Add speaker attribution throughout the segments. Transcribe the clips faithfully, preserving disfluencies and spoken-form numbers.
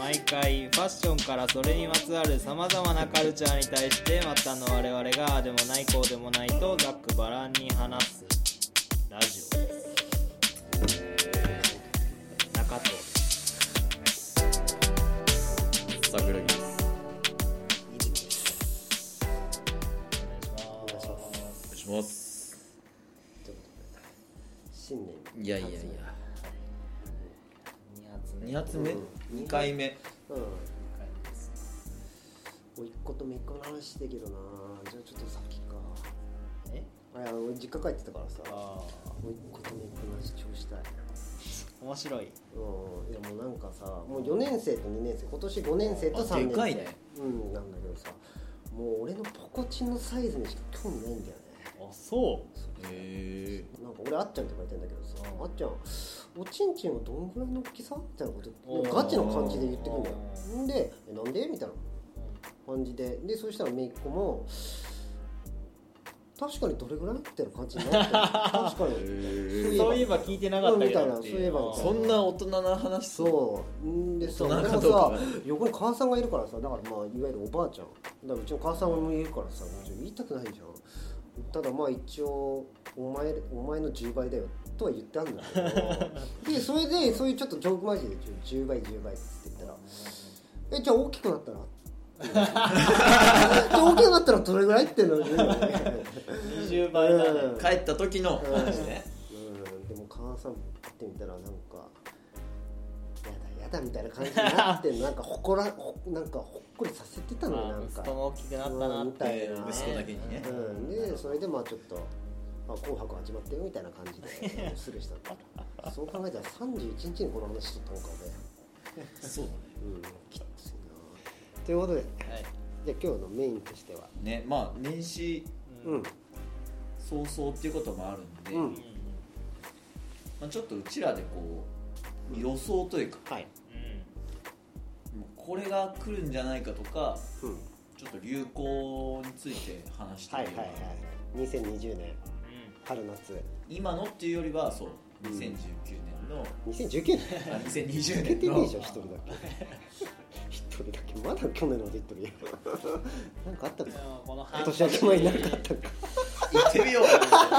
Speaker 1: 毎回ファッションからそれにまつわるさまざまなカルチャーに対して末端の我々がああでもないこうでもないとざっくばらんに話すラジオです。中藤です。
Speaker 2: 桜木です。
Speaker 1: お願いします。
Speaker 2: お願いします。
Speaker 3: 新年
Speaker 2: いやいやいやに発目、うん、にかいめ、
Speaker 3: うん、もういっことめいっこの話してけどな。じゃあちょっと先か。
Speaker 1: え
Speaker 3: あいや俺実家帰ってたからさ、
Speaker 1: あ
Speaker 3: もういっことめいっこの話超したい。
Speaker 1: 面白い。
Speaker 3: うん、いやもうなんかさ、もうよねん生とにねん生、今年ごねん生とさんねん生、
Speaker 2: でかいね。
Speaker 3: うんなんだけどさ、もう俺のポコチンのサイズにしか興味ないんだよね。
Speaker 1: あ、そう。
Speaker 2: へ
Speaker 3: なんか俺あっちゃんって書いてんだけどさ、あっちゃんおちんちんはどんぐらいの大きさみたいなことガチの感じで言ってくるんだよ。んでえなんでみたいな感じで、でそしたらめいっ子も確かにどれぐらいみたいな感じになって確かに
Speaker 1: そういえば聞いてなかったけど
Speaker 3: みたいな、そういえばみたいな、
Speaker 2: そんな大人な話。
Speaker 3: そううんでさ、
Speaker 2: 大人か
Speaker 3: でも
Speaker 2: どうか
Speaker 3: さ横に母さんがいるからさ、だからまあいわゆるおばあちゃんだからうちの母さんもいるからさ、言いたくないじゃん。ただまあ一応お前お前のじゅうばいだよとは言ってあるんだけどでそれでそういうちょっとジョークマジでじゅうばいじゅうばいって言ったらえじゃあ大きくなったらじゃあ大きくなったらどれぐらいってのに
Speaker 1: にじゅうばいだね、
Speaker 2: うん、帰った時の話ね、
Speaker 3: うん、でも母さんって見たらなんかやだやだみたいな感じになってなんかほこらほなんかほっこりさせてたのよ。なんか
Speaker 1: 息子も大きくなったなって、
Speaker 3: うん、みたいな、
Speaker 2: 息子だけにね、
Speaker 3: うん、でそれでまあちょっとあ紅白始まってよみたいな感じでスルーしたんだそう考えたらさんじゅういちにちにこの話しとったのか俺
Speaker 2: そうだね、
Speaker 3: うん、きついな。ということで、はい、じゃあ今日のメインとしては
Speaker 2: ね、まあ年始、
Speaker 3: うん、
Speaker 2: 早々っていうこともあるんで、
Speaker 3: うん
Speaker 2: まあ、ちょっとうちらでこう予想というか、
Speaker 3: はい、
Speaker 2: これが来るんじゃないかとか、
Speaker 3: うん、
Speaker 2: ちょっと流行について話してみようかな、
Speaker 3: はいはいはい、にせんにじゅうねん、うん、春夏
Speaker 2: 今のっていうよりはそうにせんじゅうきゅうねんの、
Speaker 3: にせんじゅうきゅうねん
Speaker 2: あにせんにじゅうねんの
Speaker 3: 出てねえじゃん一人だけ一人だけまだ去年のこと言っとるよなんかあったか
Speaker 1: この
Speaker 3: 今年明け前になんかあったか
Speaker 2: 言ってみよう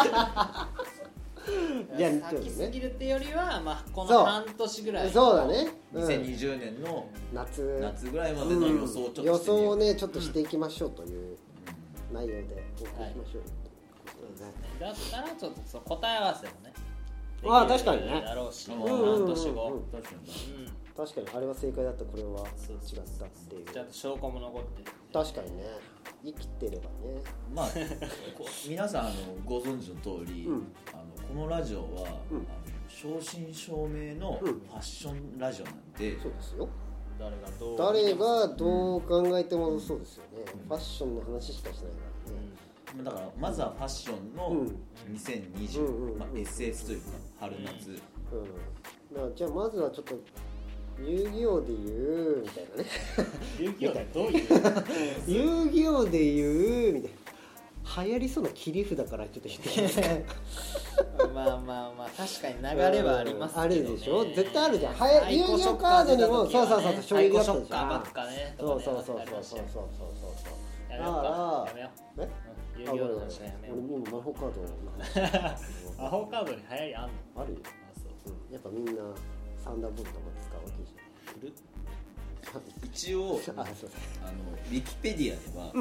Speaker 1: いや先すぎるってよりは、まあ、この半年ぐらい
Speaker 3: そうだね、
Speaker 2: うん、にせんにじゅうねんの 夏, 夏ぐらいまでの予想をちょっとしてみよう、うん、
Speaker 3: 予想をねちょっとしていきましょうという内容でお送りしましょう、はい、
Speaker 1: だったらちょっとそう答え合わせもね
Speaker 3: ああ確かにね
Speaker 1: だろうし、
Speaker 3: うんうんうんうん、
Speaker 1: 半年後、
Speaker 3: うん、確かに、うん、確かにあれは正解だったこれは違ったっていう
Speaker 1: ちゃんと証拠も残ってる。
Speaker 3: 確かにね生きてればね
Speaker 2: まあ皆さんあのご存知の通り、うん、あのこのラジオは、うん、あの正真正銘のファッションラジオなんで、
Speaker 3: うん、そうですよ。
Speaker 1: 誰がどう
Speaker 3: 誰がどう考えてもそうですよね、うん、ファッションの話しかしないからね、
Speaker 2: うん、だからまずはファッションのにせんにじゅう、うんまあ、エスエス というか春夏、うん
Speaker 3: うん、だからじゃあまずはちょっと遊戯王で言うみたいなね
Speaker 1: 遊戯王ってどういう
Speaker 3: 遊戯王で言うみたいな流行りそうな切り札からちょっと言ってきて
Speaker 1: まあまあまあ確かに流れはありますけど、ね、
Speaker 3: あるでしょ絶対あるじゃんは遊戯王カードにもそうそうそう衝撃だったじゃん
Speaker 1: ばっかね
Speaker 3: そうそうそうそうそうそうそう
Speaker 1: だからやめよう
Speaker 3: え
Speaker 1: 遊戯王の話はやめよう。
Speaker 3: 俺今魔法カード
Speaker 1: 魔法カードに流行りあんの
Speaker 3: あるよ。あそう、うん、やっぱみんなサンダーボルトも使うわけじゃん。
Speaker 2: 一応あのウィキペディアでは、うん、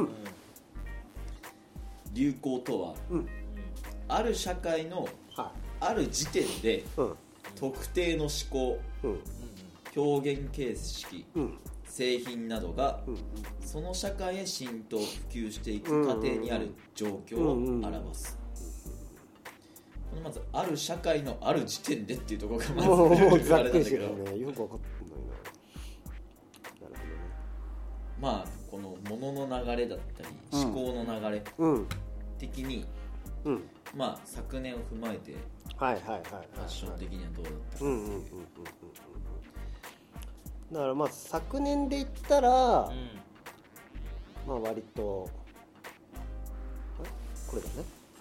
Speaker 2: 流行とは、うん、ある社会の、はい、ある時点で、うん、特定の思考、うん、表現形式、うん、製品などが、うん、その社会へ浸透普及していく過程にある状況を表す。このまずある社会のある時点でっていうところがまず
Speaker 3: もうざっくりしてるね。よく分かってないな。なるほどね。
Speaker 2: まあこの物の流れだったり、うん、思考の流れ的に、うん、まあ昨年を踏まえて、
Speaker 3: はいはいはいはい、
Speaker 2: ファッション的にはどうだったかっていう。
Speaker 3: うんうんうんうんうん。だからまあ昨年で言ったら、うん、まあ割とこれだね。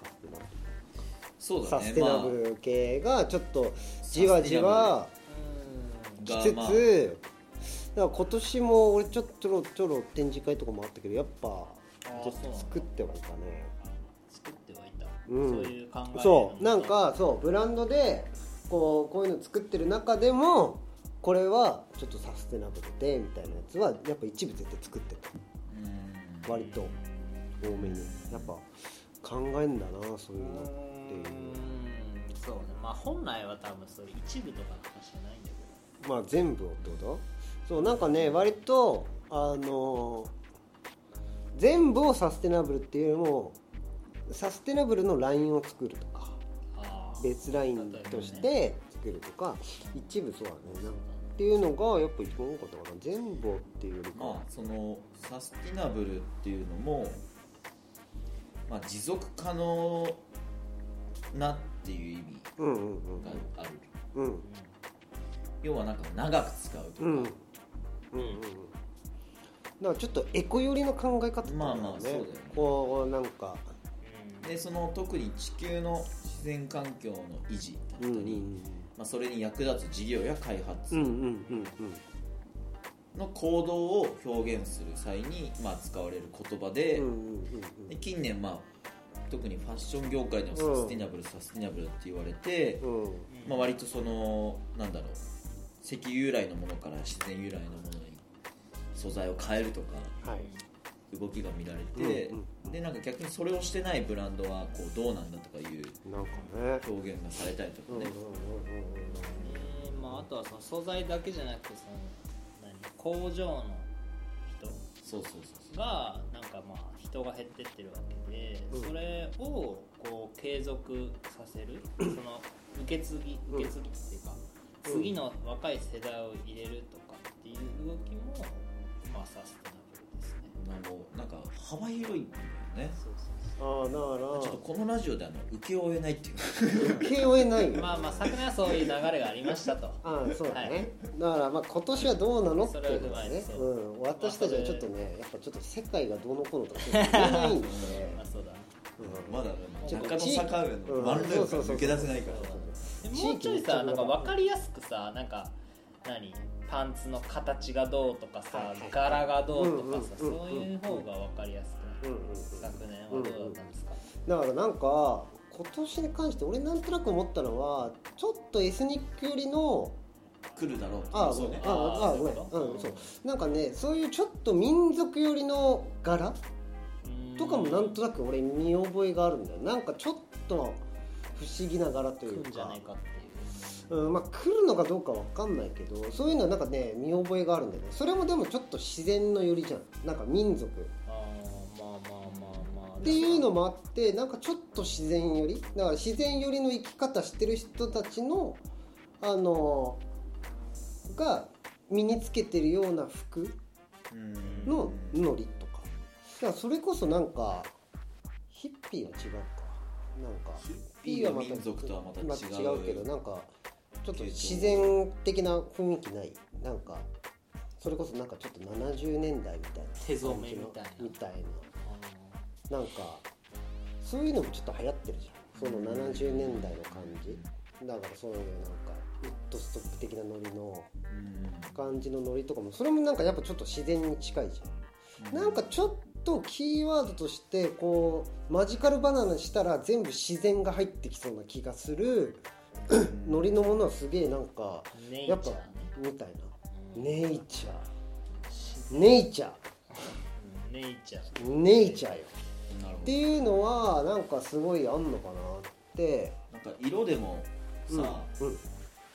Speaker 2: そうだね、
Speaker 3: サステナブル系がちょっとじわじわきつつ、まあ、 から今年も俺ちょっとちょろちょろ展示会とかもあったけどやっぱ
Speaker 1: あそうなんだ
Speaker 3: 作ってはいたね。
Speaker 1: 作ってはいた、
Speaker 3: うん、
Speaker 1: そういう考え
Speaker 3: そうなんかそうブランドでこうこういうの作ってる中でもこれはちょっとサステナブルでみたいなやつはやっぱ一部絶対作ってた。
Speaker 2: うん
Speaker 3: 割と多めにやっぱ考えんだなそういうのっていう。
Speaker 1: そうね、まあ本来は多分そういう一部とかの話じゃないんだけ
Speaker 3: まあ全部をってこと？そうなんかね割とあの全部をサステナブルっていうよりもサステナブルのラインを作るとか
Speaker 1: ど
Speaker 3: 別ラインとして作るとか、一部そうだねなんかっていうのがやっぱ一番多かったかな。全部っていうよりか、
Speaker 2: まあそのサスティナブルっていうのも、まあ、持続可能なっていう意味
Speaker 3: うんうんうん
Speaker 2: がある、
Speaker 3: うん
Speaker 2: 要はなんか長く使うとか、
Speaker 3: うんうんうんうんだからちょっとエコ寄りの考え方って
Speaker 2: まあまあそうだよね。
Speaker 3: こうなんか
Speaker 2: でその特に地球の自然環境の維持だったり、
Speaker 3: うんうん
Speaker 2: まあ、それに役立つ事業や開発
Speaker 3: うんうんうん
Speaker 2: の行動を表現する際に、まあ、使われる言葉で、
Speaker 3: うんうんうん
Speaker 2: で近年、まあ、特にファッション業界でもサスティナブル、サスティナブルって言われて、
Speaker 3: うん
Speaker 2: まあ、割とそのなんだろう石油由来のものから自然由来のものに素材を変えるとか
Speaker 3: はい
Speaker 2: 動きが見られて、
Speaker 3: うんうん
Speaker 2: でなんか逆にそれをしてないブランドはこうどうなんだとかいう
Speaker 3: なんかね
Speaker 2: 表現がされたりとかね、
Speaker 3: うんうんうんうん
Speaker 1: えーまあ、あとはその素材だけじゃなくてその何工場の人
Speaker 2: そうそうそう
Speaker 1: がなんかまあ人が減ってってるわけで、
Speaker 3: うん
Speaker 1: それをこう継続させるその受け継ぎ受け継ぎっていうか、
Speaker 3: うん
Speaker 1: 次の若い世代を入れるとかっていう動きもまあサステナブルですね。
Speaker 2: なんかもうなんか幅広いんだよね。
Speaker 1: そうそう
Speaker 3: ああだ
Speaker 2: ちょっとこのラジオであの受け負えないっていう
Speaker 3: から受け負えないよ
Speaker 1: まあまあ昨年はそういう流れがありましたと。
Speaker 3: ああそうだね、
Speaker 1: はい
Speaker 3: だからまあ今年はどうなのって
Speaker 1: それを
Speaker 3: いうのはね
Speaker 1: 踏まえて、そう
Speaker 3: うん、私たちはちょっとねやっぱちょっと世界がどうのこうのとかちょっと言えないんで、
Speaker 1: まあそうだね。
Speaker 2: まだ
Speaker 3: ちょっと
Speaker 2: 中野坂上のワンルームから抜け出せないから
Speaker 1: でもうちょいさなんか分かりやすくさなんか何パンツの形がどうとかさ、
Speaker 3: はいはい
Speaker 1: 柄がどうとかさ、
Speaker 3: うんうんうん
Speaker 1: そういう方が分かりやすくない、
Speaker 3: うんうんうん
Speaker 1: 昨年はどうだったんですか、
Speaker 3: だからなんか今年に関して俺なんとなく思ったのはちょっとエスニック寄りの
Speaker 2: 来るだろうって
Speaker 3: ああ
Speaker 2: そうね
Speaker 3: ああああごめん、うん、そうなんかねそういうちょっと民族寄りの柄とかもなんとなく俺見覚えがあるんだよ。なんかちょっと不思議な柄というか
Speaker 1: 来るんじゃないかっていう
Speaker 3: うん、まあ来るのかどうかわかんないけどそういうのはなんかね見覚えがあるんだよね。それもでもちょっと自然の寄りじゃん。なんか民族
Speaker 1: あーまあまあまあまあ
Speaker 3: っていうのもあってなんかちょっと自然寄りだから自然寄りの生き方してる人たちのあのが身につけてるような服のノリとかだからそれこそなんかヒッピーは違うかなんか
Speaker 2: ヒッピーは民族とはまた違う、
Speaker 3: まあ、違うけどなんかちょっと自然的な雰囲気ないなんかそれこそなんかちょっとななじゅうねんだいみたいな
Speaker 1: 手染めみたいな
Speaker 3: みたいななんかそういうのもちょっと流行ってるじゃんそのななじゅうねんだいの感じだからそういうなんかウッドストック的なノリの感じのノリとかもそれもなんかやっぱちょっと自然に近いじゃん、うん、なんかちょっとキーワードとしてこうマジカルバナナしたら全部自然が入ってきそうな気がするノリのものはすげえなんかやっぱみたいなネイチャーネイチャー
Speaker 1: ネイチャー
Speaker 3: ネイチャーよっていうのはなんかすごいあんのかなって
Speaker 2: なんか色でもさ、
Speaker 3: うんうん、
Speaker 2: その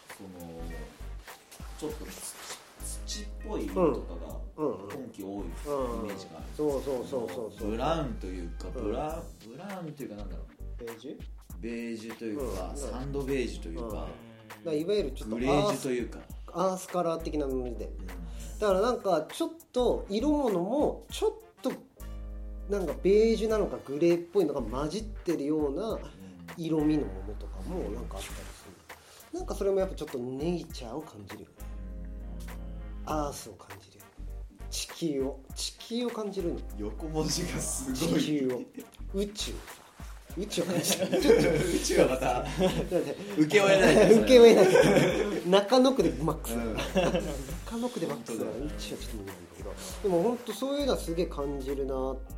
Speaker 2: ちょっと土っぽい色とかが今季多いイメージがある、
Speaker 3: うんうん、そうそうそうそうそう
Speaker 2: ブラウンというかブラ,、うん、ブラウンというかなんだろう
Speaker 3: ベージュ
Speaker 2: ベージュというか、うん、サンドベージュというか、うん、だ
Speaker 3: からいわゆるちょっと
Speaker 2: グレージュというか
Speaker 3: アースカラー的なノリで、うん、だからなんかちょっと色物もちょっとなんかベージュなのかグレーっぽいのが混じってるような色味のものとかもなんかあったりする。なんかそれもやっぱちょっとネイチャーを感じるよね。アースを感じるよね。地球を地球を感じるの。
Speaker 2: 横文字がすごい。
Speaker 3: 地球を宇宙宇宙を感じる。
Speaker 2: 宇宙はまた受け負えない。
Speaker 3: 受け負えない。 中野区でマックス、うん、中野区でマックスだから一はちょっと無理なんだけど、でも本当そういうのはすげえ感じるなって、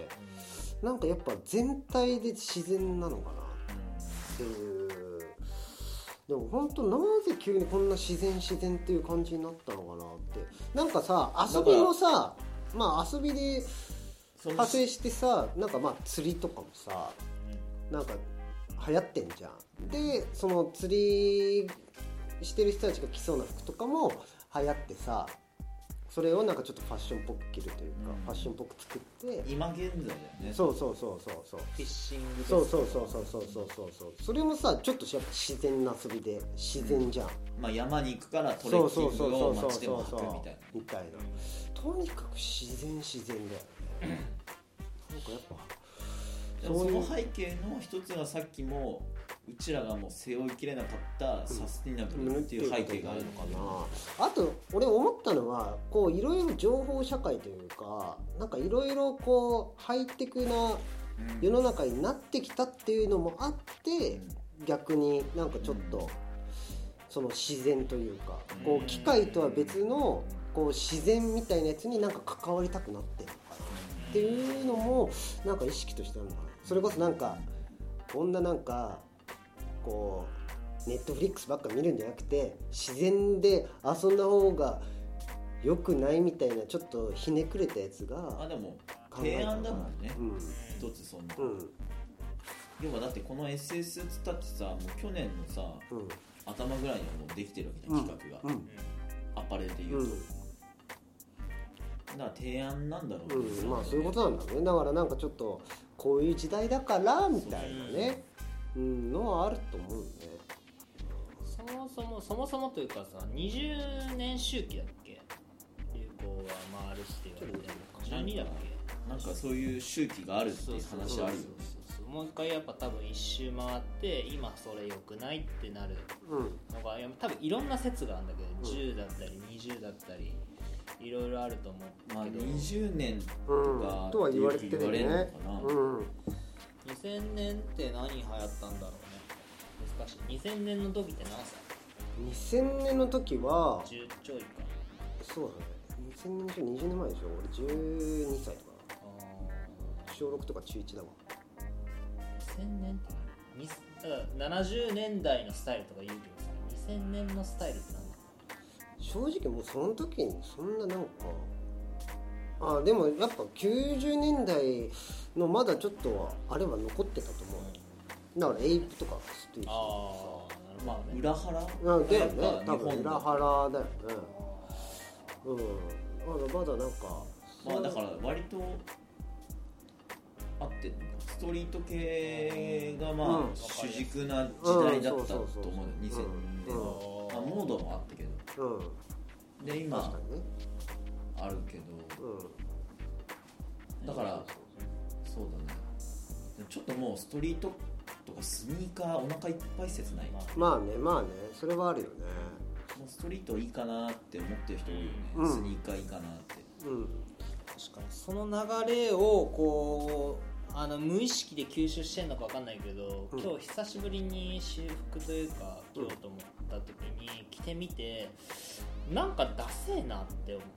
Speaker 3: うん、なんかやっぱ全体で自然なのかなっていう。でも本当なぜ急にこんな自然自然っていう感じになったのかなって。なんかさ遊びもさ、まあ遊びで派生してさ、なんかまあ釣りとかもさ、なんか流行ってんじゃん。でその釣りしてる人たちが着そうな服とかも流行ってさ、それをなんかちょっとファッションっぽく着るというか、うん、ファッションっぽく作って
Speaker 2: 今現在だよね。
Speaker 3: そうそうそうそうそう、
Speaker 1: フィッシングです。
Speaker 3: そうそうそうそうそうそうそうそう、それもさちょっとやっぱ自然な遊びで自然じゃん、うん、
Speaker 2: まあ山に行くからトレッキングを街でも履くみたいな
Speaker 3: みたいな、とにかく自然自然だよねなんかやっぱ
Speaker 2: その背景の一つがさっきもうちらがもう背負いきれなかったサスティナブルっていう背景があるのか
Speaker 3: な、うん、あと俺思ったのはこういろいろ情報社会というか、なんかいろいろこうハイテクな世の中になってきたっていうのもあって、うん、逆になんかちょっとその自然というか、こう機械とは別のこう自然みたいなやつになんか関わりたくなってるのかなっていうのもなんか意識としてあるのかな。それこそなんかこんななんかこうネットフリックスばっか見るんじゃなくて自然で遊んだ方が良くないみたいなちょっとひねくれたやつが、
Speaker 2: あでも提案だもんね、うん、一つそんな、うん、要はだってこの エスエス つったってさ、もう去年のさ、うん、頭ぐらいにはもうできてるわけじゃん、企画が、うん、アパレルでいうと、うん、だから提案なんだろうね、
Speaker 3: うん、まあそういうことなんだね。だからなんかちょっとこういう時代だからみたいなね、うん、のはあると思うね。
Speaker 1: そもそもそもそもというかさ、にじゅうねん周期だっけ、流行は回るって言われてるのか、何だっけ、
Speaker 2: なんかそういう周期があるっていう話あるよね。
Speaker 1: もう一回やっぱ多分一周回って今それ良くないってなるのが、うん、多分いろんな説があるんだけど、うん、じゅうだったりにじゅうだったりいろいろあると思うけど、まあ、
Speaker 2: にじゅうねんとか、
Speaker 3: うん、とは言われてるよね。
Speaker 1: うん、にせんねんって何流行ったんだろうね、難しい。にせんねんの時って何歳？
Speaker 3: にせんねんの時は
Speaker 1: じゅうちょいか。
Speaker 3: そうだね、にせんねんちょいにじゅうねんまえでしょ。俺じゅうにさいとか、あ小ろくとか中いちだわ。
Speaker 1: にせんねんってななじゅうねんだいのスタイルとか言うけどさ、にせんねんのスタイルって何だ？
Speaker 3: 正直もうその時にそんななんか、あでもやっぱきゅうじゅうねんだいのまだちょっとはあれは残ってたと思う。だからエイプとかステージとかさ、
Speaker 1: あまあね、
Speaker 2: 裏腹
Speaker 3: だよね、多分裏腹だよね。うん、まだまだなんか
Speaker 2: まあだから割とあってストリート系がまあ、うん、主軸な時代だったと思う。にせんねん、うん、まあ、モードもあったけど、うん、で今確かに、ね、あるけど、うん、だからそうだね、ちょっともうストリートとかスニーカーお腹いっぱい説ない。
Speaker 3: まあねまあね、それはあるよね。
Speaker 2: もうストリートいいかなって思ってる人多いよね、うん、スニーカーいいかなって、うん、
Speaker 1: 確かにその流れをこうあの無意識で吸収してんのか分かんないけど、うん、今日久しぶりに私服というか着ようと思った時に着てみて、なんかダセえなって思って、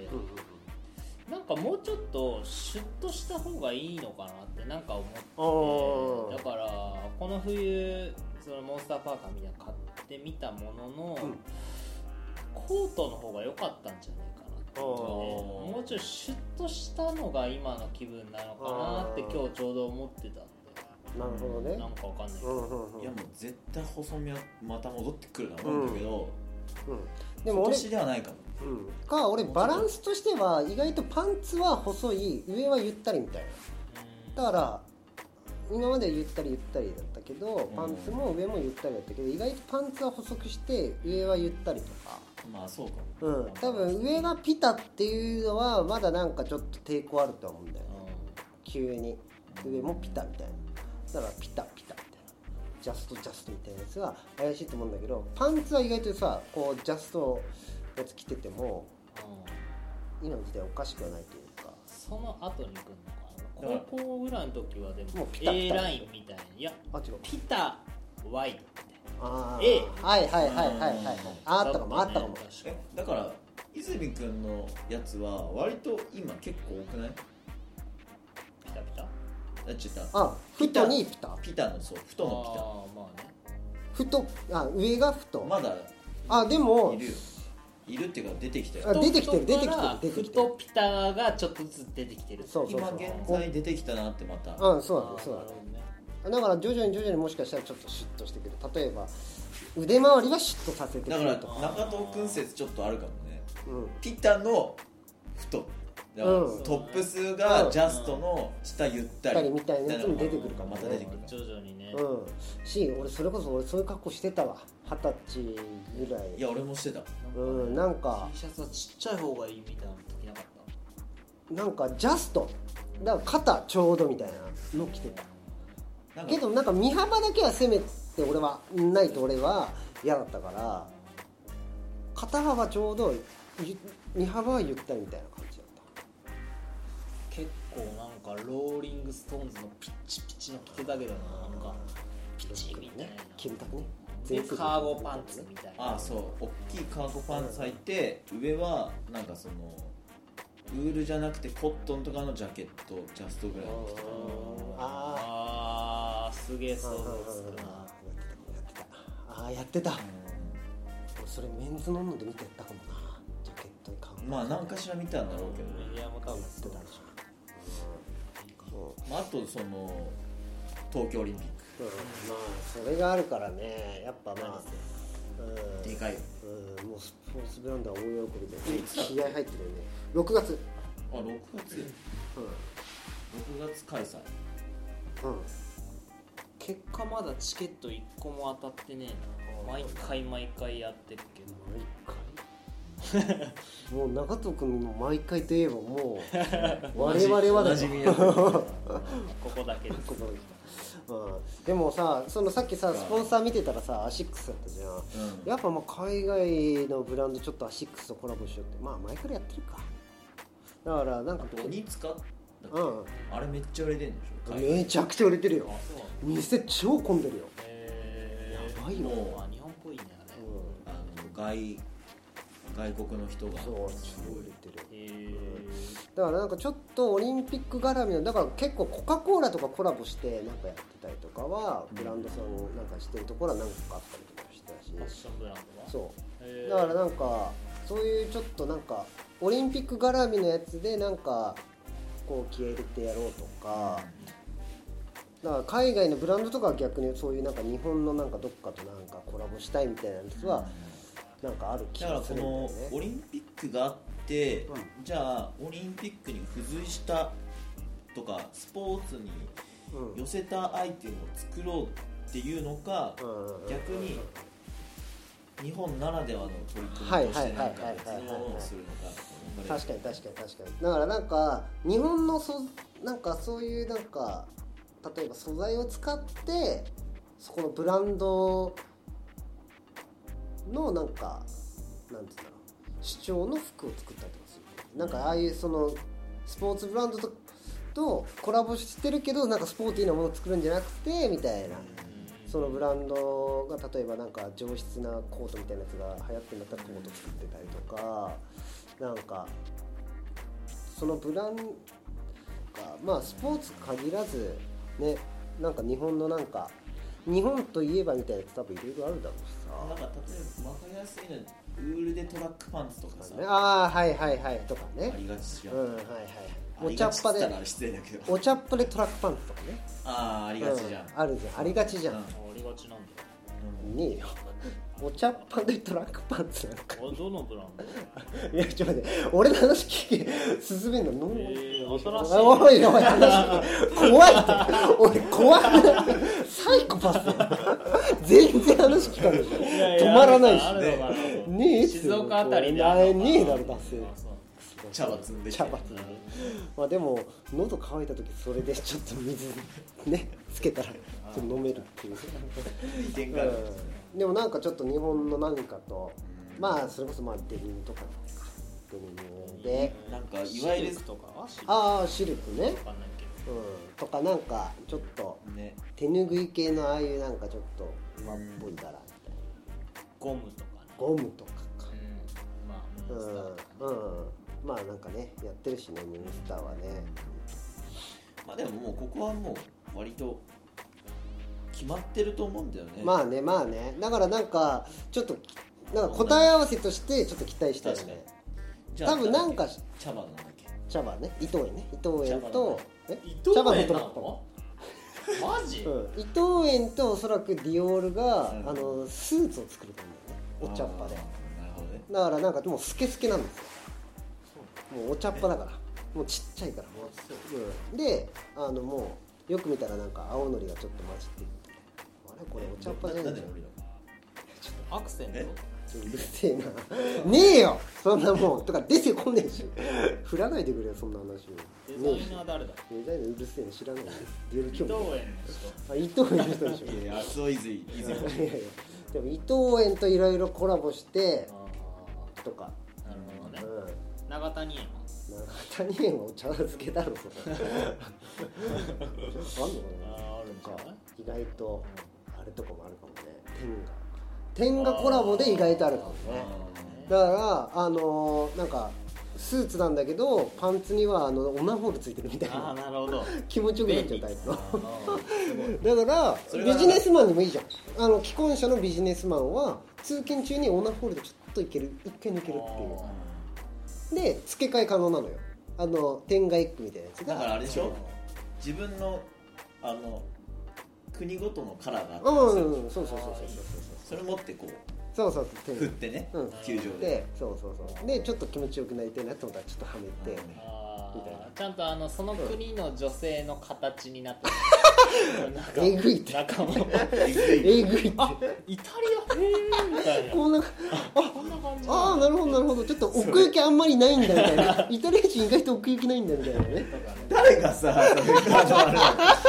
Speaker 1: うん、なんかもうちょっとシュッとした方がいいのかなってなんか思って、だからこの冬そのモンスターパーカーみたいなの買ってみたものの、うん、コートの方が良かったんじゃないかなって、もうちょいシュッとしたのが今の気分なのかなって今日ちょうど思ってたんで。
Speaker 3: なるほどね。
Speaker 1: なんかわかんないけど、うんうんうん、
Speaker 2: いやもう絶対細身はまた戻ってくると思うんだけど、
Speaker 3: うんうん、
Speaker 2: でも俺今年ではないかも、
Speaker 3: うん、か俺バランスとしては意外とパンツは細い、上はゆったりみたいな。だから今までゆったりゆったりだったけど、パンツも上もゆったりだったけど、意外とパンツは細くして上はゆったりとか。
Speaker 2: まあそうか
Speaker 3: も、うん、多分上がピタっていうのはまだなんかちょっと抵抗あると思うんだよね、うん、急に上もピタみたいな。だからピタピタみたいな、ジャストジャストみたいなやつは怪しいと思うんだけど、パンツは意外とさこうジャストやつ着てても、うん、今の時代おかしくはないというか。
Speaker 1: その後に来るのかな。高校ぐらいの時はでも A ラインみたいな、いやピタワイドみたいな、
Speaker 3: あ
Speaker 1: A
Speaker 3: はいはいはいはいはいはいあったかもあったかも、
Speaker 2: えだから泉くんのやつは割と今結構多くない？
Speaker 1: ピタピタ
Speaker 2: あっちゃった
Speaker 3: あふとにピタ
Speaker 2: ピタのそうふとのピタ
Speaker 1: あーまあね
Speaker 3: ふとあ上がふと
Speaker 2: まだ
Speaker 3: あでも
Speaker 2: いるよいるっていうか出てきたよ
Speaker 3: あ出てきてる出てきてる
Speaker 1: 太
Speaker 3: 出てきてる
Speaker 1: 太ピタがちょっとずつ出てきてる
Speaker 3: そうそうそう
Speaker 2: 今現在出てきたなってまた
Speaker 3: うんそうだねそうだね
Speaker 1: あーなるほどね
Speaker 3: だから徐々に徐々にもしかしたらちょっとシュッとしてくる例えば腕周りはシュッとさせてく
Speaker 2: だから
Speaker 3: るとか
Speaker 2: 中藤君説ちょっとあるかもね
Speaker 3: うん
Speaker 2: ピタの太だから
Speaker 3: うん
Speaker 2: トップスがジャストの下ゆったり
Speaker 3: 二人みたいなやつも出てくるかもね
Speaker 2: また出てくる
Speaker 1: 徐々にね
Speaker 3: うんし俺それこそ俺そういう格好してたわ二十歳ぐらい
Speaker 2: いや俺もしてた
Speaker 3: うんなんか
Speaker 1: T シャツはちっちゃい方がいいみたいな時なかっ
Speaker 3: なんかジャストだから肩ちょうどみたいなの着てた
Speaker 2: なんか
Speaker 3: けどなんか身幅だけは攻めて俺はないと俺は嫌だったから肩幅ちょうどゆ身幅はゆったりみたいな感じだった
Speaker 1: 結構なんかローリングストーンズのピッチピチの着てたけどななんかピチみたいな
Speaker 3: キムタクね
Speaker 1: でカーゴパンツみたいな
Speaker 2: ああそう大きいカーゴパンツ履いて上はなんかそのウールじゃなくてコットンとかのジャケットジャストぐらいの着てた
Speaker 3: あ
Speaker 1: あーすげえ想像つくな
Speaker 3: あやってたああやってた俺それメンズノンノで見てたかもなジャケットに買う
Speaker 2: まあ何かしら見たんだろうけどね、
Speaker 1: メディアも多分
Speaker 3: やってたでしょ
Speaker 2: まあ、あとその東京オリンピッ
Speaker 3: うん、まあそれがあるからねやっぱまあうん
Speaker 2: クでかいよ
Speaker 3: うんもうスポーツブランドは大喜びで気合入ってるよねろくがつ
Speaker 2: あろくがつろくがつ開催
Speaker 3: うん、うん、
Speaker 1: 結果まだチケットいっこも当たってねえな毎回毎回やってるけど
Speaker 3: 毎回もう長藤君の毎回といえばもう我々はだ
Speaker 2: 同じみや
Speaker 1: ここだけです
Speaker 3: ここに来た、うん、でもさそのさっきさスポンサー見てたらさアシックスだったじゃん、
Speaker 2: うん
Speaker 3: やっぱまあ海外のブランドちょっとアシックスとコラボしようってまあ前からやってるかだからなんか
Speaker 2: 鬼塚だっけ、
Speaker 3: うん
Speaker 2: あれめっちゃ売れてんでしょ
Speaker 3: めちゃくちゃ売れてるよ
Speaker 1: あそう
Speaker 3: 店超混んでるよ、
Speaker 1: へー
Speaker 3: やばいよ
Speaker 2: もう
Speaker 1: あ日本っぽいねあれ
Speaker 3: う
Speaker 2: あの外外国の人が
Speaker 3: ん、そう超売れてる
Speaker 1: へ
Speaker 3: だからなんかちょっとオリンピック絡みのだから結構コカ・コーラとかコラボしてなんかやってたりとかはブランドさんなんかしてるところは何個かあったりとかしてたし
Speaker 1: ーファッションブランドは
Speaker 3: そう
Speaker 1: へー
Speaker 3: だからなんかそういうちょっとなんかオリンピック絡みのやつでなんかこう気合い入れてやろうとかだから海外のブランドとかは逆にそういうなんか日本のなんかどっかとなんかコラボしたいみたいなやつはなんかある気
Speaker 2: だからこ
Speaker 3: がするんだよ
Speaker 2: の
Speaker 3: ね
Speaker 2: オリンピックがあって、
Speaker 3: うん
Speaker 2: じゃあオリンピックに付随したとかスポーツに
Speaker 3: うん
Speaker 2: 寄せたアイテムを作ろうっていうのか、
Speaker 3: うん
Speaker 2: 逆に日本ならではの取り組
Speaker 3: はい
Speaker 2: みとしてなんか
Speaker 3: はいはい
Speaker 2: 別のものをするのか
Speaker 3: 確かに確かに確かにだからなんか日本のそなんかそういうなんか例えば素材を使ってそこのブランドのなんかなんていうんだろう主張の服を作ったりとかするなんかああいうそのスポーツブランドととコラボしてるけどなんかスポーティーなものを作るんじゃなくてみたいなそのブランドが例えばなんか上質なコートみたいなやつが流行ってるんだったらコート作ってたりとかなんかそのブランドがまあスポーツ限らずねなんか日本のなんか日本といえばみたいなやつ多分いろいろあるだろうしさ
Speaker 2: なんか例えば分かりやすいのはウールでトラックパンツとかさ、
Speaker 3: ね、ああはいはいはいとかね
Speaker 2: ありがちじゃん、
Speaker 3: うんはいはいお
Speaker 2: あり
Speaker 3: 茶っ葉で
Speaker 2: がちって言ったら失礼だけど
Speaker 3: お茶っ葉でトラックパンツとかね
Speaker 2: ああありがちじゃん、
Speaker 3: うん、あるじゃんありがちじゃん、
Speaker 2: うん
Speaker 1: ありがちなんだ
Speaker 2: うん
Speaker 3: ねえよお茶っ葉でトラックパンツなんか
Speaker 1: あどのブランド
Speaker 3: いやちょっと待って俺の話聞け進めんのの
Speaker 1: えー、新しい
Speaker 3: おいおい話聞け怖いって俺怖くないサイコパスや全然話聞かない止まらないし
Speaker 1: あるのかな
Speaker 3: ねえっつう
Speaker 1: 静岡あたりで
Speaker 3: な
Speaker 1: あるのかな
Speaker 3: ねえだろ達成
Speaker 1: あそう
Speaker 2: 茶葉積んできて
Speaker 3: 茶葉積んでまあでも喉乾いた時それでちょっと水ねつけたらちょっと飲めるっていう
Speaker 2: 利点があるんですね、
Speaker 3: うん、でもなんかちょっと日本のなんかとまあそれこそまあデニムとかデニムで
Speaker 2: なんかいわゆる
Speaker 1: シルクとかはシルク
Speaker 3: ああシルクね、
Speaker 1: わかんないけど
Speaker 3: うん、とかなんかちょっと
Speaker 2: ね
Speaker 3: 手ぬぐい系のああいうなんかちょっと和っぽい柄
Speaker 1: ゴムとかね
Speaker 3: ゴムとかか、
Speaker 1: うん、まあモンスターとか、ね、
Speaker 3: うん、うん、まあなんかねやってるしねモンスターはね。
Speaker 2: まあでももうここはもう割と決まってると思うんだよね。
Speaker 3: まあねまあねだからなんかちょっとなんか答え合わせとしてちょっと期待したいよね。多分なんか
Speaker 2: 茶葉なんだっけ。
Speaker 3: 茶葉ね伊藤園ね伊藤園と
Speaker 1: え伊藤園な
Speaker 3: 茶葉
Speaker 1: のマジ、
Speaker 3: うん、伊藤園とおそらくディオールが、うん、あのスーツを作ると思うんだよねお茶っ葉で。
Speaker 2: なるほどね。
Speaker 3: だからなんかもうスケスケなんですよ。もうお茶っ葉だからもうちっちゃいからもう、うん、であのもうよく見たらなんか青のりがちょっと混じってる。あれこれお茶っ葉じゃないんだよ。
Speaker 1: アクセント
Speaker 3: うるせえなねえよそんなもんとか出てこねえし振らないでくれよそんな話。
Speaker 1: デザイナー誰だ。
Speaker 3: デザイナーうるせえな知らないよ。
Speaker 1: 伊藤園の人。
Speaker 3: あ伊藤園の人でしょ。
Speaker 2: いやそういずいいずい
Speaker 3: でも伊藤園といろいろコラボしてとか。
Speaker 1: なるほどね、うん、長谷園は
Speaker 3: 長谷園はお茶漬けだろそれあんのかな。
Speaker 1: ああるんか
Speaker 3: 意外とあれとかもあるかもね。天下天下コラボで意外とあるかもね。だからあのー、なんかスーツなんだけどパンツにはあのオナホールついてるみたいな。
Speaker 1: あなるほど
Speaker 3: 気持ちよくなっちゃうタイプのだからビジネスマンにもいいじゃん。あの既婚者のビジネスマンは通勤中にオナホールでちょっといける一回抜けるっていうで付け替え可能なのよ。あの天下一句みたいなやつが
Speaker 2: だからあれでしょ自分のあの国ごとのカラーがあって、
Speaker 3: うんうん、そうそうそうそうそう
Speaker 2: それ持ってこう
Speaker 3: そうそう
Speaker 2: 振ってね、うん、球場で
Speaker 3: でそうそうそうでちょっと気持ちよくなりたいなと思ったらちょっとはめて、うん、
Speaker 1: みたいなちゃんとあのその国の女性の形になって
Speaker 3: るえぐいって
Speaker 1: 中も
Speaker 3: えぐいって
Speaker 1: あイタリアへえみたいな
Speaker 3: こんなあこんな感じああなるほどなるほどちょっと奥行きあんまりないんだみたいなイタリア人意外と奥行きないんだみたいなね
Speaker 2: 誰がさそれからあれ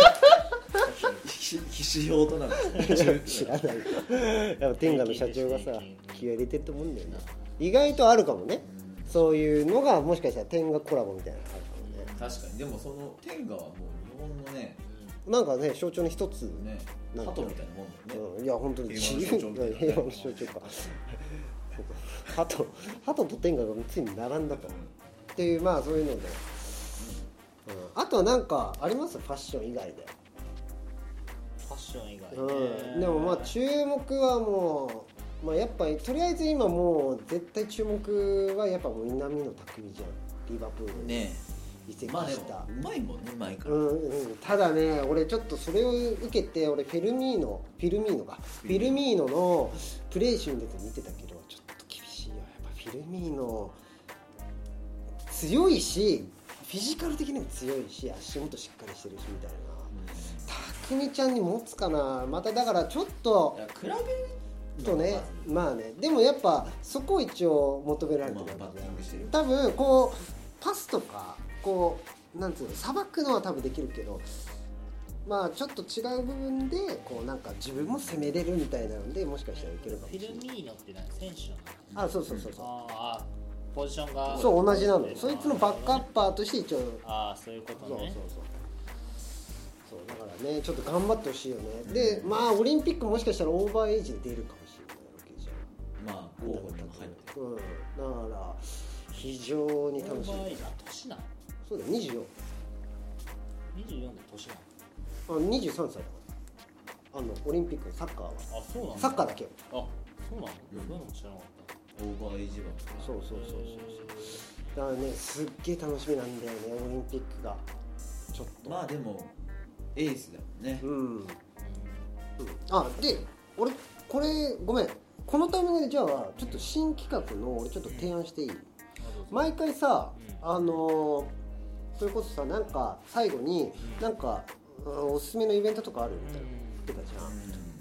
Speaker 2: 指標となん
Speaker 3: 知らないやっぱ天下の社長がさ気合入れてると思うんだよね。意外とあるかもね、うん、そういうのがもしかしたら天下コラボみたいなのあるかもね。
Speaker 2: 確かにでもその天下はもう日本のね
Speaker 3: なんかね象徴の一つ
Speaker 2: ね鳩みたいなもんだよね、
Speaker 3: うん、いや本当に
Speaker 2: 平和の象徴
Speaker 3: 平和の象徴か鳩鳩と天下がついに並んだと、うん、っていうまあそういうので、うんうん、あとはなんかありますファッション以外で
Speaker 1: ファッション以外、ね
Speaker 3: うん、でもまあ注目はもう、まあ、やっぱりとりあえず今もう絶対注目はやっぱもう南野拓実じゃん。リバプールに移籍した、
Speaker 2: まあ、でもうまいもんね前から、
Speaker 3: うんうん、ただね俺ちょっとそれを受けて俺フェルミーノフィルミーノかフィルミーノのプレー集で見てたけどちょっと厳しいよやっぱフィルミーノ強いしフィジカル的にも強いし足元しっかりしてるしみたいなたくみちゃんに持つかなまただからちょっと
Speaker 2: 比べる
Speaker 3: とねまあねでもやっぱそこを一応求められてるわけじゃん。多分こうパスとかこうなんつうのさばくのは多分できるけどまあちょっと違う部分でこうなんか自分も攻めれるみたいなのでもしかしたらいけるかもしれない。
Speaker 1: フィルミーノって何選手な
Speaker 3: の？あそうそうそうそう
Speaker 1: ああポジションが
Speaker 3: そう同じなのそいつのバックアッパーとして一応
Speaker 1: ああそういうことね
Speaker 3: そうそうそうそうだからねちょっと頑張ってほしいよね、うん、でまあオリンピックもしかしたらオーバーエイジで出るかもしれないわけじゃん。
Speaker 2: まあ候補にも入ってる、
Speaker 3: うん、だから非常に楽しみ。
Speaker 1: オーバーエイジは年なの？
Speaker 3: そうだよにじゅうよん。
Speaker 1: にじゅうよんで年な
Speaker 3: の？あにじゅうさんさいだからあのオリンピックのサッカーは
Speaker 1: あそうなんだ
Speaker 3: サッカーだけよ。
Speaker 1: あそうなの？そういうのも知らなかった。
Speaker 2: オーバーエイジは
Speaker 3: そうそうそうそうそうだからねすっげえ楽しみなんだよねオリンピックがちょっと
Speaker 2: まあでもエースだよね
Speaker 3: うん、うん、あで俺これごめんこのタイミングでじゃあちょっと新企画の俺ちょっと提案していい、うん、毎回さ、うん、あのー、それこそさなんか最後になんか、うん、おすすめのイベントとかあるみたいな言ってたじゃん、うん、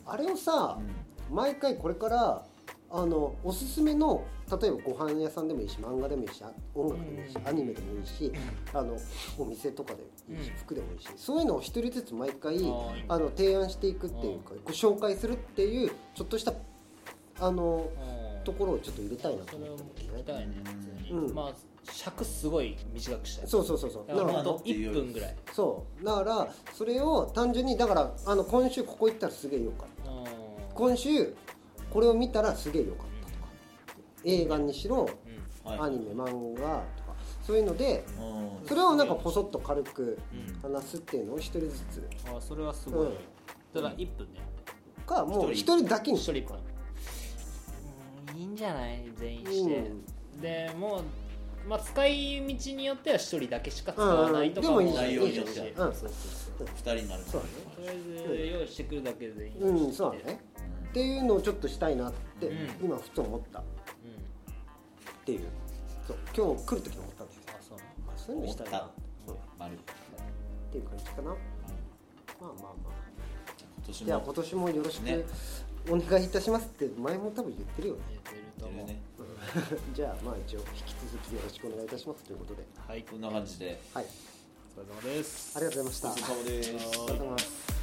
Speaker 3: あれをさ、うん、毎回これからあのおすすめの例えばご飯屋さんでもいいし漫画でもいいし音楽でもいいし、うん、アニメでもいいしあのお店とかでもいいし、うん、服でもいいしそういうのを一人ずつ毎回あの提案していくっていうかご紹介するっていうちょっとしたあのところをちょっと入れたいなと思って
Speaker 1: それを聞きたいね普通に、うん、まあ尺すごい短くしたい
Speaker 3: そうそうそうそうだから
Speaker 1: いっぷんぐらい
Speaker 3: そうだからそれを単純にだからあの今週ここ行ったらすげえよかった今週これを見たらすげえ良かったとか、映画にしろ、
Speaker 2: うん、
Speaker 3: アニメ漫画とかそういうので、うん、それをなんかポソッと軽く話すっていうのを一人ずつ、
Speaker 1: うん、あそれはすごい、うん、ただいっぷんね
Speaker 3: かもう一人だけに
Speaker 1: 一人かいいんじゃない全員して、うん、でもうまあ、使い道によっては一人だけしか使わないとかも
Speaker 2: 内容によっては、うん、そうそうそうふたりになる
Speaker 3: そうだね、
Speaker 1: とりあえず用意してくるだけでいい
Speaker 3: うん、そうだね、うん、っていうのをちょっとしたいなって、うん、今ふと思った、うん、っていうそう今日来る時に思ったんですよ。あ、そう、まあ、そういうのしたいな、うん、っていう感じかな、うん、まあまあまあじゃあ今年もよろしく、ね、お願いいたしますって前も多分言ってるよね。
Speaker 1: 言ってると思うね
Speaker 3: じゃあまあ一応引き続きよろしくお願いいたしますということで、
Speaker 2: はい、こんな感じで、
Speaker 3: はい、
Speaker 1: お疲れ様です。
Speaker 3: ありがとうございました。
Speaker 2: お疲れ様です。
Speaker 3: お疲れ様です。